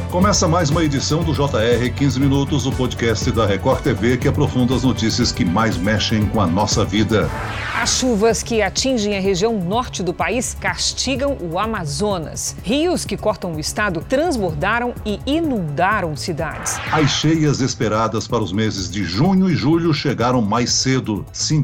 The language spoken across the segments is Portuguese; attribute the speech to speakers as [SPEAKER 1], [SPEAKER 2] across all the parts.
[SPEAKER 1] Começa mais uma edição do JR 15 Minutos, o podcast da Record TV que aprofunda as notícias que mais mexem com a nossa vida.
[SPEAKER 2] As chuvas que atingem a região norte do país castigam o Amazonas. Rios que cortam o estado transbordaram e inundaram cidades.
[SPEAKER 1] As cheias esperadas para os meses de junho e julho chegaram mais cedo.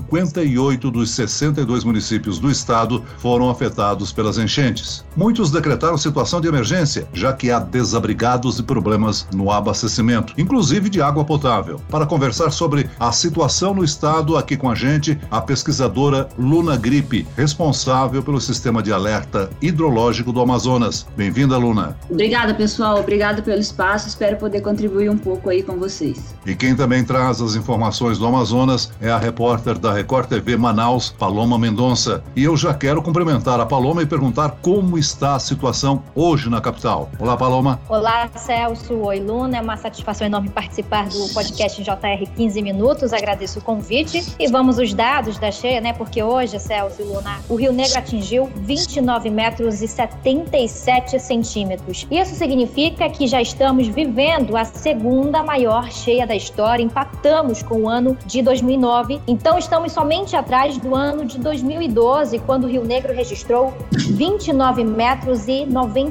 [SPEAKER 1] 58 dos 62 municípios do estado foram afetados pelas enchentes. Muitos decretaram situação de emergência, já que há desabrigados e problemas no abastecimento, inclusive de água potável. Para conversar sobre a situação no estado, aqui com a gente, a pesquisadora Luna Gripe, responsável pelo sistema de alerta hidrológico do Amazonas. Bem-vinda, Luna.
[SPEAKER 3] Obrigada, pessoal. Obrigada pelo espaço. Espero poder contribuir um pouco aí com vocês.
[SPEAKER 1] E quem também traz as informações do Amazonas é a repórter da Record TV Manaus, Paloma Mendonça. E eu já quero cumprimentar a Paloma e perguntar como está a situação hoje na capital. Olá, Paloma.
[SPEAKER 4] Olá, Celso. Oi, Luna. É uma satisfação enorme participar do podcast JR 15 Minutos. Agradeço o convite. E vamos os dados da cheia, né? Porque hoje, Celso e Luna, o Rio Negro atingiu 29 metros e 77 centímetros. Isso significa que já estamos vivendo a segunda maior cheia da história. Empatamos com o ano de 2009. Então, estamos somente atrás do ano de 2012, quando o Rio Negro registrou 29 metros e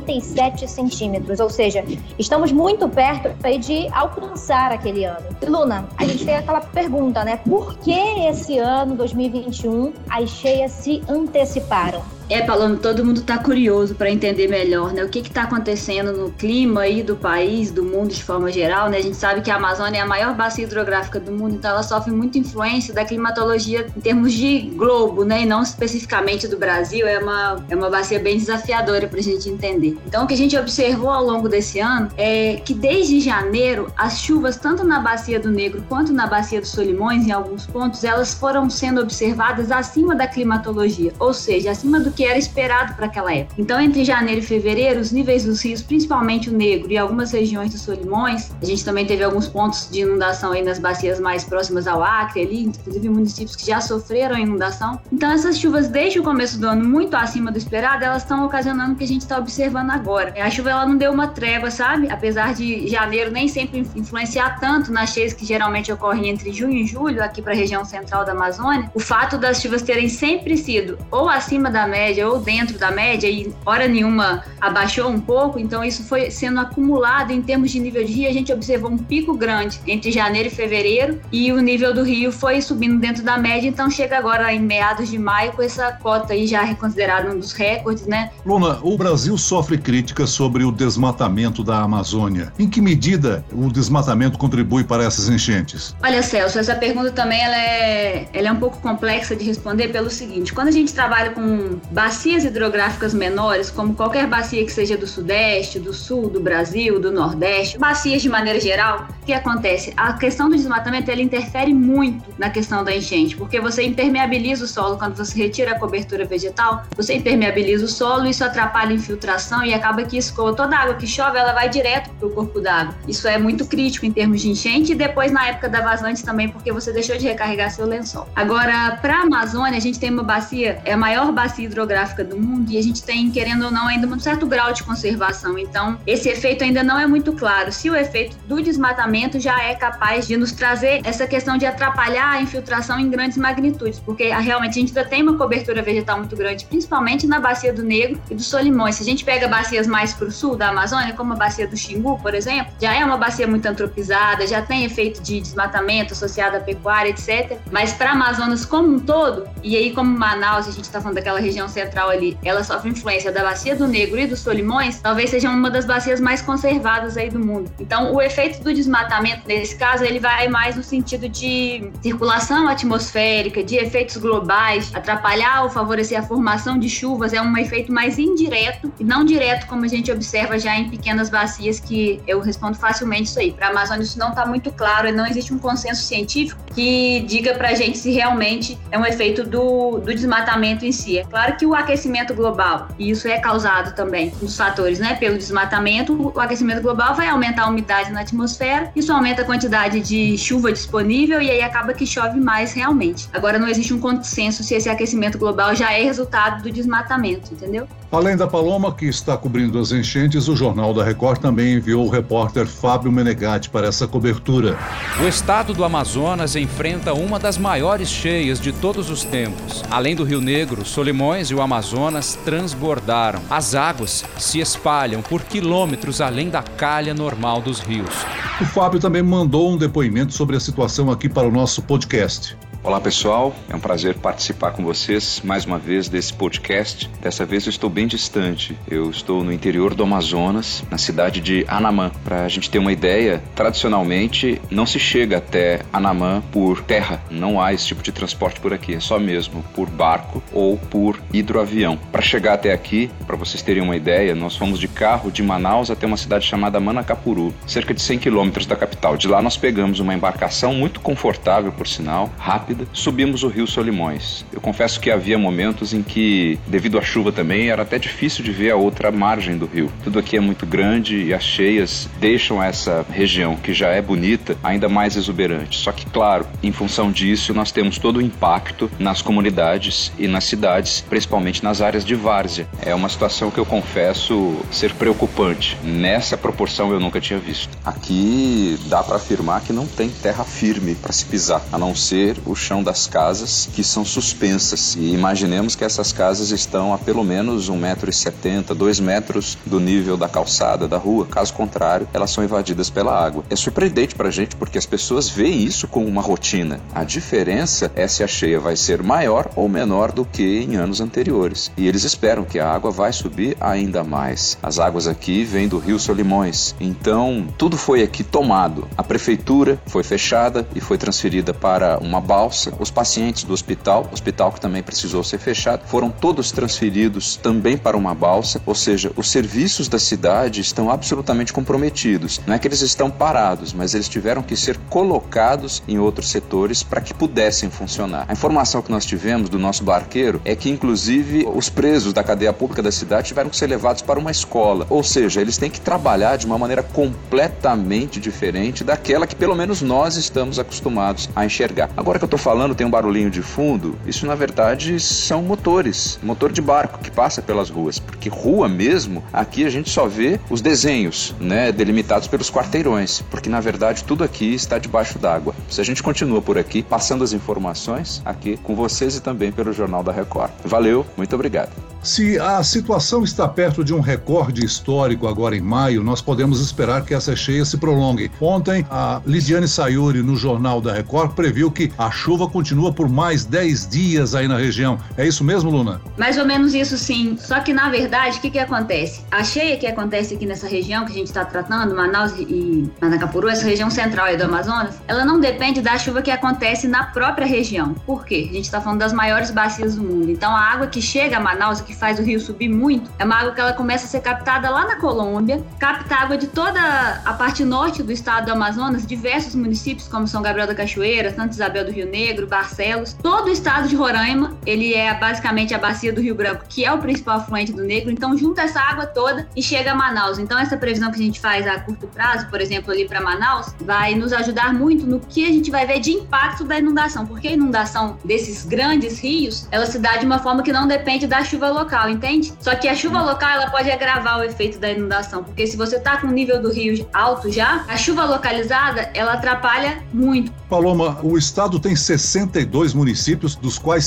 [SPEAKER 4] 97 centímetros. Ou seja, estamos muito perto aí de alcançar aquele ano. E, Luna, a gente tem aquela pergunta, né? Por que esse ano, 2021, as cheias se anteciparam?
[SPEAKER 3] Paloma, todo mundo está curioso para entender melhor, né? O que está acontecendo no clima aí do país, do mundo de forma geral, né? A gente sabe que a Amazônia é a maior bacia hidrográfica do mundo, então ela sofre muita influência da climatologia em termos de globo, né? E não especificamente do Brasil. É uma bacia bem desafiadora para a gente entender. Então, o que a gente observou ao longo desse ano é que desde janeiro, as chuvas, tanto na Bacia do Negro quanto na Bacia dos Solimões, em alguns pontos, elas foram sendo observadas acima da climatologia, ou seja, acima do que era esperado para aquela época. Então, entre janeiro e fevereiro, os níveis dos rios, principalmente o Negro e algumas regiões dos Solimões, a gente também teve alguns pontos de inundação aí nas bacias mais próximas ao Acre, ali, inclusive municípios que já sofreram inundação. Então, essas chuvas, desde o começo do ano, muito acima do esperado, elas estão ocasionando o que a gente está observando agora. A chuva, ela não deu uma trégua, sabe? Apesar de janeiro nem sempre influenciar tanto nas cheias que geralmente ocorrem entre junho e julho, aqui para a região central da Amazônia, o fato das chuvas terem sempre sido ou acima da média ou dentro da média e hora nenhuma abaixou um pouco, então isso foi sendo acumulado em termos de nível de rio. A gente observou um pico grande entre janeiro e fevereiro e o nível do rio foi subindo dentro da média, então chega agora em meados de maio com essa cota aí já reconsiderada um dos recordes, né?
[SPEAKER 1] Luna, o Brasil sofre críticas sobre o desmatamento da Amazônia. Em que medida o desmatamento contribui para essas enchentes?
[SPEAKER 3] Olha, Celso, essa pergunta também ela é um pouco complexa de responder pelo seguinte: quando a gente trabalha com bacias hidrográficas menores, como qualquer bacia que seja do Sudeste, do Sul, do Brasil, do Nordeste, bacias de maneira geral, o que acontece? A questão do desmatamento, ela interfere muito na questão da enchente, porque você impermeabiliza o solo. Quando você retira a cobertura vegetal, você impermeabiliza o solo, isso atrapalha a infiltração e acaba que escoa. Toda a água que chove, ela vai direto para o corpo d'água. Isso é muito crítico em termos de enchente e depois na época da vazante também, porque você deixou de recarregar seu lençol. Agora, para a Amazônia, a gente tem uma bacia, é a maior bacia hidrográfica do mundo e a gente tem, querendo ou não, ainda um certo grau de conservação. Então, esse efeito ainda não é muito claro. Se o efeito do desmatamento já é capaz de nos trazer essa questão de atrapalhar a infiltração em grandes magnitudes, porque realmente a gente ainda tem uma cobertura vegetal muito grande, principalmente na Bacia do Negro e dos Solimões. Se a gente pega bacias mais para o sul da Amazônia, como a Bacia do Xingu, por exemplo, já é uma bacia muito antropizada, já tem efeito de desmatamento associado à pecuária, etc. Mas para a Amazonas como um todo, e aí como Manaus, a gente está falando daquela região central ali, ela sofre influência da Bacia do Negro e dos Solimões, talvez seja uma das bacias mais conservadas aí do mundo. Então, o efeito do desmatamento, nesse caso, ele vai mais no sentido de circulação atmosférica, de efeitos globais, atrapalhar ou favorecer a formação de chuvas, é um efeito mais indireto e não direto, como a gente observa já em pequenas bacias, que eu respondo facilmente isso aí. Para a Amazônia isso não está muito claro e não existe um consenso científico que diga para a gente se realmente é um efeito do desmatamento em si. É claro que o aquecimento global, e isso é causado também dos fatores, né, pelo desmatamento, o aquecimento global vai aumentar a umidade na atmosfera, isso aumenta a quantidade de chuva disponível e aí acaba que chove mais realmente. Agora não existe um consenso se esse aquecimento global já é resultado do desmatamento, entendeu?
[SPEAKER 1] Além da Paloma, que está cobrindo as enchentes, o Jornal da Record também enviou o repórter Fábio Menegatti para essa cobertura.
[SPEAKER 5] O estado do Amazonas enfrenta uma das maiores cheias de todos os tempos. Além do Rio Negro, Solimões e o Amazonas transbordaram. As águas se espalham por quilômetros além da calha normal dos rios.
[SPEAKER 1] O Fábio também mandou um depoimento sobre a situação aqui para o nosso podcast.
[SPEAKER 6] Olá pessoal, é um prazer participar com vocês mais uma vez desse podcast. Dessa vez eu estou bem distante, eu estou no interior do Amazonas, na cidade de Anamã. Para a gente ter uma ideia, tradicionalmente não se chega até Anamã por terra, não há esse tipo de transporte por aqui, é só mesmo por barco ou por hidroavião. Para chegar até aqui, para vocês terem uma ideia, nós fomos de carro de Manaus até uma cidade chamada Manacapuru, cerca de 100 quilômetros da capital. De lá nós pegamos uma embarcação muito confortável, por sinal, rápida. Subimos o rio Solimões. Eu confesso que havia momentos em que, devido à chuva também, era até difícil de ver a outra margem do rio. Tudo aqui é muito grande e as cheias deixam essa região, que já é bonita, ainda mais exuberante. Só que, claro, em função disso, nós temos todo o impacto nas comunidades e nas cidades, principalmente nas áreas de várzea. É uma situação que eu confesso ser preocupante. Nessa proporção eu nunca tinha visto. Aqui dá para afirmar que não tem terra firme para se pisar, a não ser o chão das casas que são suspensas, e imaginemos que essas casas estão a pelo menos 1,70 m, 2 metros do nível da calçada da rua. Caso contrário, elas são invadidas pela água. É surpreendente pra gente porque as pessoas veem isso como uma rotina. A diferença é se a cheia vai ser maior ou menor do que em anos anteriores, e eles esperam que a água vai subir ainda mais. As águas aqui vêm do rio Solimões, então tudo foi aqui tomado. A prefeitura foi fechada e foi transferida para uma balsa. Os pacientes do hospital que também precisou ser fechado, foram todos transferidos também para uma balsa, ou seja, os serviços da cidade estão absolutamente comprometidos. Não é que eles estão parados, mas eles tiveram que ser colocados em outros setores para que pudessem funcionar. A informação que nós tivemos do nosso barqueiro é que, inclusive, os presos da cadeia pública da cidade tiveram que ser levados para uma escola, ou seja, eles têm que trabalhar de uma maneira completamente diferente daquela que pelo menos nós estamos acostumados a enxergar. Agora que eu estou falando, tem um barulhinho de fundo, isso na verdade são motores, motor de barco que passa pelas ruas, porque rua mesmo, aqui a gente só vê os desenhos, né, delimitados pelos quarteirões, porque na verdade tudo aqui está debaixo d'água. Se a gente continua por aqui, passando as informações aqui com vocês e também pelo Jornal da Record. Valeu, muito obrigado.
[SPEAKER 1] Se a situação está perto de um recorde histórico agora em maio, nós podemos esperar que essa cheia se prolongue. Ontem, a Lidiane Sayuri, no Jornal da Record, previu que a chuva continua por mais 10 dias aí na região. É isso mesmo, Luna?
[SPEAKER 3] Mais ou menos isso, sim. Só que, na verdade, o que acontece? A cheia que acontece aqui nessa região que a gente está tratando, Manaus e Manacapuru, essa região central aí do Amazonas, ela não depende da chuva que acontece na própria região. Por quê? A gente está falando das maiores bacias do mundo. Então, a água que chega a Manaus, que faz o rio subir muito, é uma água que ela começa a ser captada lá na Colômbia, capta água de toda a parte norte do estado do Amazonas, diversos municípios como São Gabriel da Cachoeira, Santa Isabel do Rio Negro, Barcelos, todo o estado de Roraima, ele é basicamente a bacia do Rio Branco, que é o principal afluente do Negro, então junta essa água toda e chega a Manaus. Então essa previsão que a gente faz a curto prazo, por exemplo, ali para Manaus, vai nos ajudar muito no que a gente vai ver de impacto da inundação, porque a inundação desses grandes rios, ela se dá de uma forma que não depende da chuva local, entende? Só que a chuva local, ela pode agravar o efeito da inundação, porque se você tá com o nível do rio alto já, a chuva localizada, ela atrapalha muito.
[SPEAKER 1] Paloma, o estado tem 62 municípios, dos quais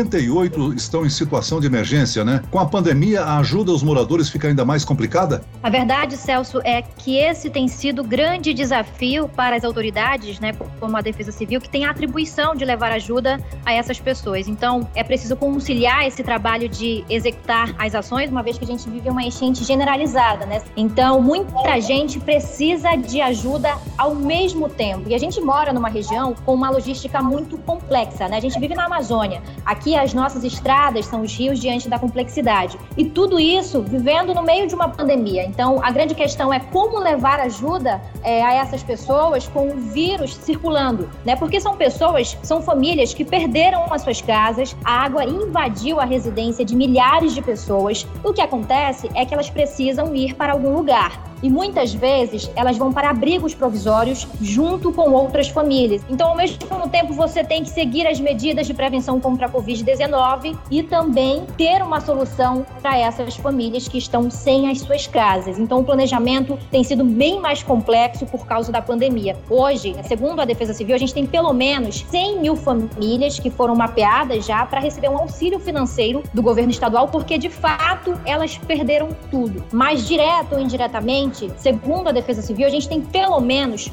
[SPEAKER 1] 58 estão em situação de emergência, né? Com a pandemia, a ajuda aos moradores fica ainda mais complicada?
[SPEAKER 4] A verdade, Celso, é que esse tem sido o grande desafio para as autoridades, né, como a Defesa Civil, que tem a atribuição de levar ajuda a essas pessoas. Então, é preciso conciliar esse trabalho de executar as ações, uma vez que a gente vive uma enchente generalizada, né? Então, muita gente precisa de ajuda ao mesmo tempo. E a gente mora numa região com uma logística muito complexa, né? A gente vive na Amazônia. Aqui as nossas estradas são os rios diante da complexidade. E tudo isso vivendo no meio de uma pandemia. Então, a grande questão é como levar ajuda a essas pessoas com o vírus circulando, né? Porque são famílias que perderam as suas casas, a água invadiu a residência de milhares milhares de pessoas. O que acontece é que elas precisam ir para algum lugar. E muitas vezes elas vão para abrigos provisórios junto com outras famílias. Então, ao mesmo tempo, você tem que seguir as medidas de prevenção contra a Covid-19 e também ter uma solução para essas famílias que estão sem as suas casas. Então, o planejamento tem sido bem mais complexo por causa da pandemia. Hoje, segundo a Defesa Civil, a gente tem pelo menos 100 mil famílias que foram mapeadas já para receber um auxílio financeiro do governo estadual, porque, de fato, elas perderam tudo. Mas, direto ou indiretamente, segundo a Defesa Civil, a gente tem pelo menos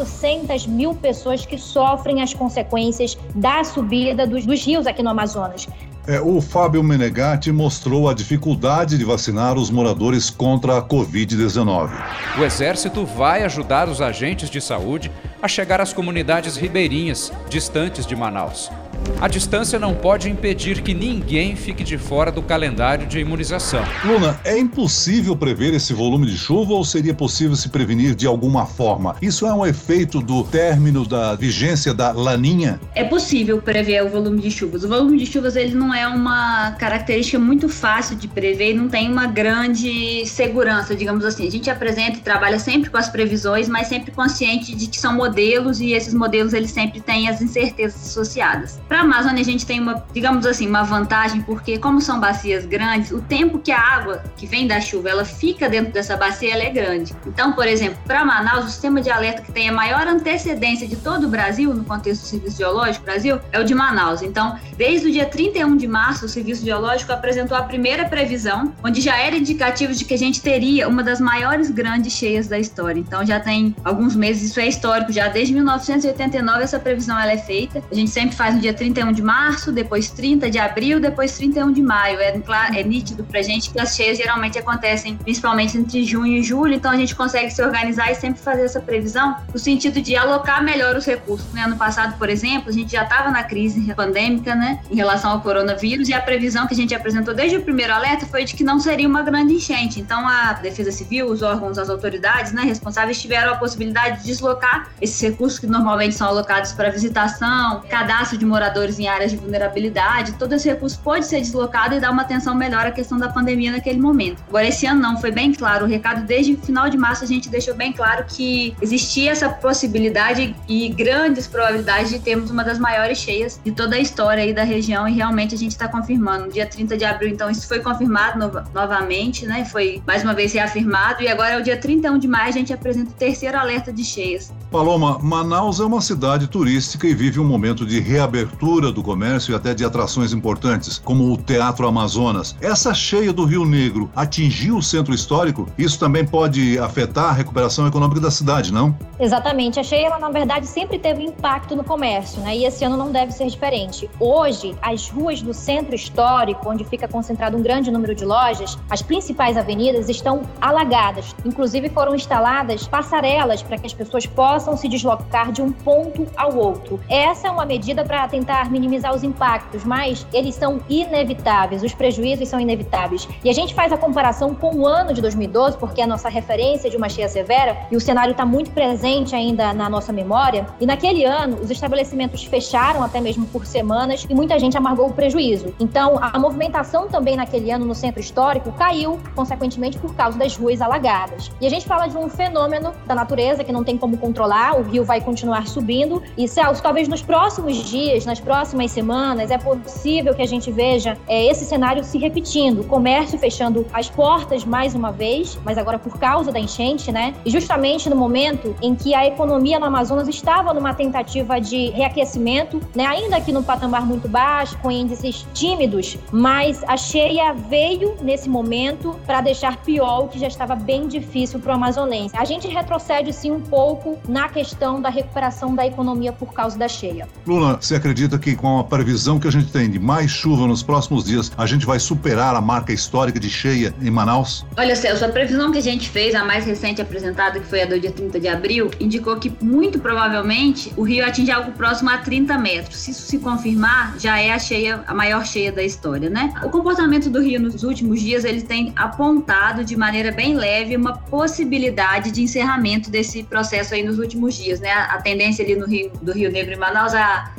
[SPEAKER 4] 400 mil pessoas que sofrem as consequências da subida dos rios aqui no Amazonas.
[SPEAKER 1] O Fábio Menegatti mostrou a dificuldade de vacinar os moradores contra a Covid-19.
[SPEAKER 5] O Exército vai ajudar os agentes de saúde a chegar às comunidades ribeirinhas, distantes de Manaus. A distância não pode impedir que ninguém fique de fora do calendário de imunização.
[SPEAKER 1] Luna, é impossível prever esse volume de chuva ou seria possível se prevenir de alguma forma? Isso é um efeito do término da vigência da Laninha?
[SPEAKER 3] É possível prever o volume de chuvas. O volume de chuvas ele não é uma característica muito fácil de prever e não tem uma grande segurança, digamos assim. A gente apresenta e trabalha sempre com as previsões, mas sempre consciente de que são modelos e esses modelos eles sempre têm as incertezas associadas. Para a Amazônia a gente tem uma vantagem, porque como são bacias grandes, o tempo que a água que vem da chuva ela fica dentro dessa bacia ela é grande. Então, por exemplo, para Manaus, o sistema de alerta que tem a maior antecedência de todo o Brasil, no contexto do Serviço Geológico Brasil, é o de Manaus. Então, desde o dia 31 de março, o Serviço Geológico apresentou a primeira previsão, onde já era indicativo de que a gente teria uma das maiores grandes cheias da história. Então, já tem alguns meses, isso é histórico, já desde 1989 essa previsão ela é feita. A gente sempre faz no dia 31 de março, depois 30 de abril, depois 31 de maio. É nítido pra gente que as cheias geralmente acontecem principalmente entre junho e julho, então a gente consegue se organizar e sempre fazer essa previsão no sentido de alocar melhor os recursos. No ano passado, por exemplo, a gente já estava na crise pandêmica, né, em relação ao coronavírus, e a previsão que a gente apresentou desde o primeiro alerta foi de que não seria uma grande enchente. Então a Defesa Civil, os órgãos, as autoridades, né, responsáveis tiveram a possibilidade de deslocar esses recursos que normalmente são alocados para visitação, cadastro de moradores em áreas de vulnerabilidade. Todo esse recurso pode ser deslocado e dar uma atenção melhor à questão da pandemia naquele momento. Agora, esse ano não, foi bem claro, o recado desde o final de março a gente deixou bem claro que existia essa possibilidade e grandes probabilidades de termos uma das maiores cheias de toda a história aí da região, e realmente a gente está confirmando. No dia 30 de abril, então, isso foi confirmado novamente, né? Foi mais uma vez reafirmado, e agora é o dia 31 de maio a gente apresenta o terceiro alerta de cheias.
[SPEAKER 1] Paloma, Manaus é uma cidade turística e vive um momento de reabertura do comércio e até de atrações importantes, como o Teatro Amazonas. Essa cheia do Rio Negro atingiu o centro histórico? Isso também pode afetar a recuperação econômica da cidade, não?
[SPEAKER 4] Exatamente. A cheia, ela, na verdade, sempre teve impacto no comércio, né? E esse ano não deve ser diferente. Hoje, as ruas do centro histórico, onde fica concentrado um grande número de lojas, as principais avenidas estão alagadas. Inclusive, foram instaladas passarelas para que as pessoas possam se deslocar de um ponto ao outro. Essa é uma medida para tentar minimizar os impactos, mas eles são inevitáveis, os prejuízos são inevitáveis. E a gente faz a comparação com o ano de 2012, porque é a nossa referência de uma cheia severa, e o cenário está muito presente ainda na nossa memória. E naquele ano, os estabelecimentos fecharam até mesmo por semanas e muita gente amargou o prejuízo. Então, a movimentação também naquele ano no centro histórico caiu, consequentemente, por causa das ruas alagadas. E a gente fala de um fenômeno da natureza que não tem como controlar, o rio vai continuar subindo. E, Celso, talvez nos próximos dias, nas próximas semanas, é possível que a gente veja esse cenário se repetindo. O comércio fechando as portas mais uma vez, mas agora por causa da enchente, né? E justamente no momento em que a economia no Amazonas estava numa tentativa de reaquecimento, né? Ainda que num patamar muito baixo, com índices tímidos, mas a cheia veio nesse momento para deixar pior o que já estava bem difícil para o amazonense. A gente retrocede sim um pouco na questão da recuperação da economia por causa da cheia.
[SPEAKER 1] Luna, você acredita que com a previsão que a gente tem de mais chuva nos próximos dias, a gente vai superar a marca histórica de cheia em Manaus?
[SPEAKER 3] Olha, Celso, a previsão que a gente fez, a mais recente apresentada, que foi a do dia 30 de abril, indicou que muito provavelmente o rio atinge algo próximo a 30 metros. Se isso se confirmar, já é a maior cheia da história, né? O comportamento do rio nos últimos dias, ele tem apontado de maneira bem leve uma possibilidade de encerramento desse processo aí nos últimos dias, né? A tendência ali do Rio Negro e Manaus, ele começa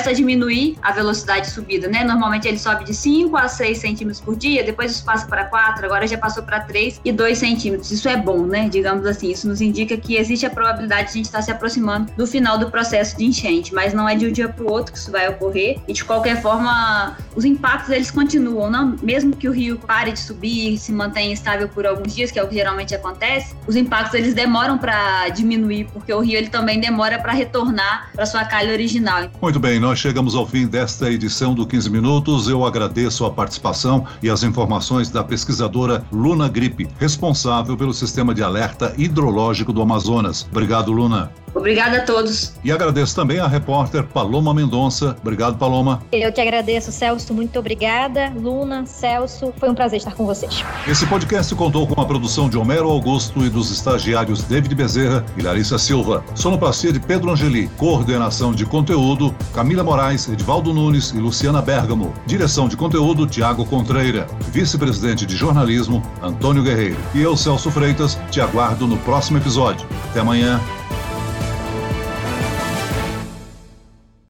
[SPEAKER 3] começa a diminuir a velocidade de subida, né? Normalmente ele sobe de 5 a 6 centímetros por dia, depois isso passa para 4, agora já passou para 3 e 2 centímetros. Isso é bom, né? Digamos assim, isso nos indica que existe a probabilidade de a gente estar se aproximando do final do processo de enchente, mas não é de um dia para o outro que isso vai ocorrer, e de qualquer forma os impactos eles continuam, não? Mesmo que o rio pare de subir e se mantenha estável por alguns dias, que é o que geralmente acontece, os impactos eles demoram para diminuir, porque o rio ele também demora para retornar para sua calha original.
[SPEAKER 1] Muito bem, nós chegamos ao fim desta edição do 15 Minutos. Eu agradeço a participação e as informações da pesquisadora Luna Grip, responsável pelo sistema de alerta hidrológico do Amazonas. Obrigado, Luna.
[SPEAKER 3] Obrigada a todos.
[SPEAKER 1] E agradeço também a repórter Paloma Mendonça. Obrigado, Paloma.
[SPEAKER 4] Eu que agradeço, Celso. Muito obrigada. Luna, Celso, foi um prazer estar com vocês.
[SPEAKER 1] Esse podcast contou com a produção de Homero Augusto e dos estagiários David Bezerra e Larissa Silva. Sonoplastia de Pedro Angeli. Coordenação de conteúdo, Camila Moraes, Edvaldo Nunes e Luciana Bergamo. Direção de conteúdo, Tiago Contreira. Vice-presidente de jornalismo, Antônio Guerreiro. E eu, Celso Freitas, te aguardo no próximo episódio. Até amanhã.